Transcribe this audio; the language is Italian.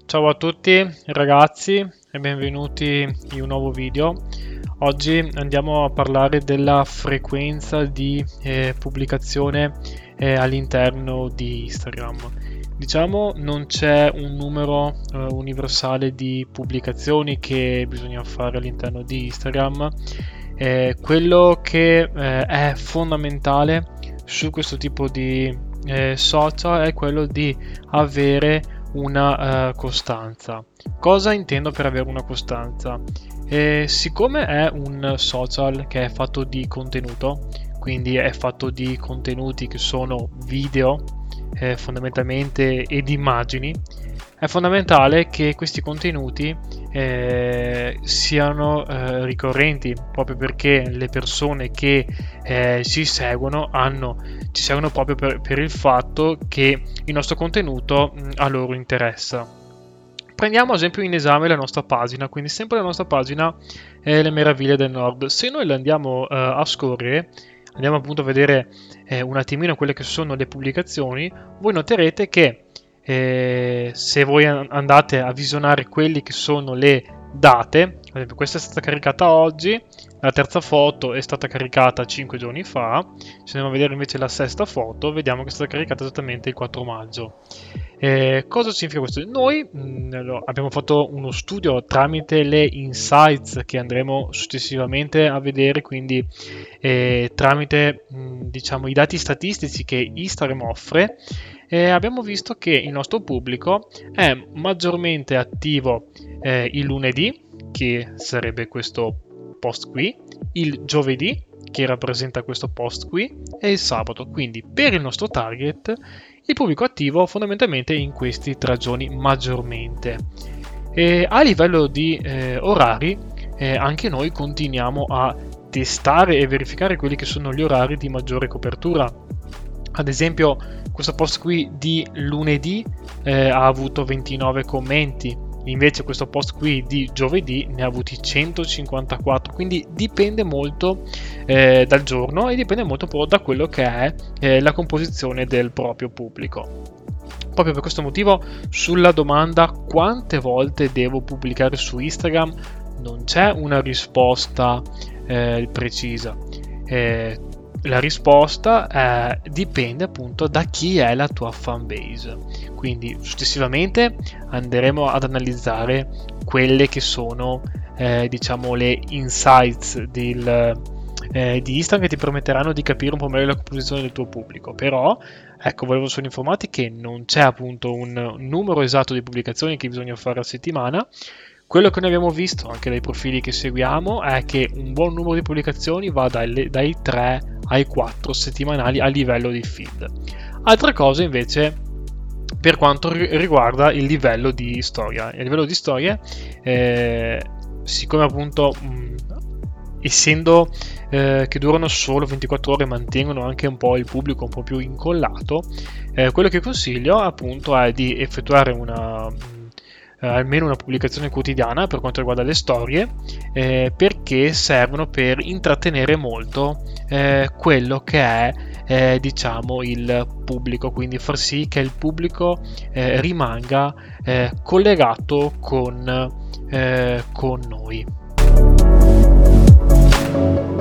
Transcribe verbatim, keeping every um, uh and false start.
Ciao a tutti ragazzi e benvenuti in un nuovo video. Oggi andiamo a parlare della frequenza di eh, pubblicazione eh, all'interno di Instagram. Diciamo non c'è un numero eh, universale di pubblicazioni che bisogna fare all'interno di Instagram. Eh, quello che eh, è fondamentale su questo tipo di eh, social è quello di avere una uh, costanza. Cosa intendo per avere una costanza? Eh, siccome è un social che è fatto di contenuto, quindi è fatto di contenuti che sono video eh, fondamentalmente ed immagini, è fondamentale che questi contenuti eh, siano eh, ricorrenti, proprio perché le persone che eh, ci seguono hanno, ci seguono proprio per, per il fatto che il nostro contenuto mh, a loro interessa. Prendiamo ad esempio in esame la nostra pagina, quindi sempre la nostra pagina eh, Le Meraviglie del Nord. Se noi la andiamo eh, a scorrere, andiamo appunto a vedere eh, un attimino quelle che sono le pubblicazioni, voi noterete che Eh, se voi andate a visionare quelli che sono le date, ad esempio questa è stata caricata oggi, la terza foto è stata caricata cinque giorni fa, se andiamo a vedere invece la sesta foto vediamo che è stata caricata esattamente il quattro maggio. Eh, cosa significa questo? Noi mh, abbiamo fatto uno studio tramite le insights che andremo successivamente a vedere, quindi eh, tramite mh, diciamo i dati statistici che Instagram offre. E abbiamo visto che il nostro pubblico è maggiormente attivo eh, il lunedì, che sarebbe questo post qui, il giovedì, che rappresenta questo post qui, e il sabato. Quindi per il nostro target il pubblico attivo fondamentalmente in questi tre giorni maggiormente. E a livello di eh, orari eh, anche noi continuiamo a testare e verificare quelli che sono gli orari di maggiore copertura. Ad esempio questo post qui di lunedì eh, ha avuto ventinove commenti, invece questo post qui di giovedì ne ha avuti centocinquantaquattro, quindi dipende molto eh, dal giorno e dipende molto da quello che è eh, la composizione del proprio pubblico. Proprio per questo motivo sulla domanda quante volte devo pubblicare su Instagram non c'è una risposta eh, precisa. Eh, La risposta eh, dipende appunto da chi è la tua fanbase. Quindi successivamente andremo ad analizzare quelle che sono eh, diciamo le insights del, eh, di Instagram che ti permetteranno di capire un po' meglio la composizione del tuo pubblico. Però ecco, volevo solo informarti che non c'è appunto un numero esatto di pubblicazioni che bisogna fare a settimana. Quello che noi abbiamo visto anche dai profili che seguiamo è che un buon numero di pubblicazioni va dai, dai tre ai quattro settimanali a livello di feed. Altra cosa invece per quanto riguarda il livello di storia. Il livello di storie, eh, siccome appunto mh, essendo eh, che durano solo ventiquattro ore, mantengono anche un po' il pubblico un po' più incollato, eh, quello che consiglio appunto è di effettuare una Uh, almeno una pubblicazione quotidiana per quanto riguarda le storie, eh, perché servono per intrattenere molto eh, quello che è eh, diciamo il pubblico, quindi far sì che il pubblico eh, rimanga eh, collegato con, eh, con noi.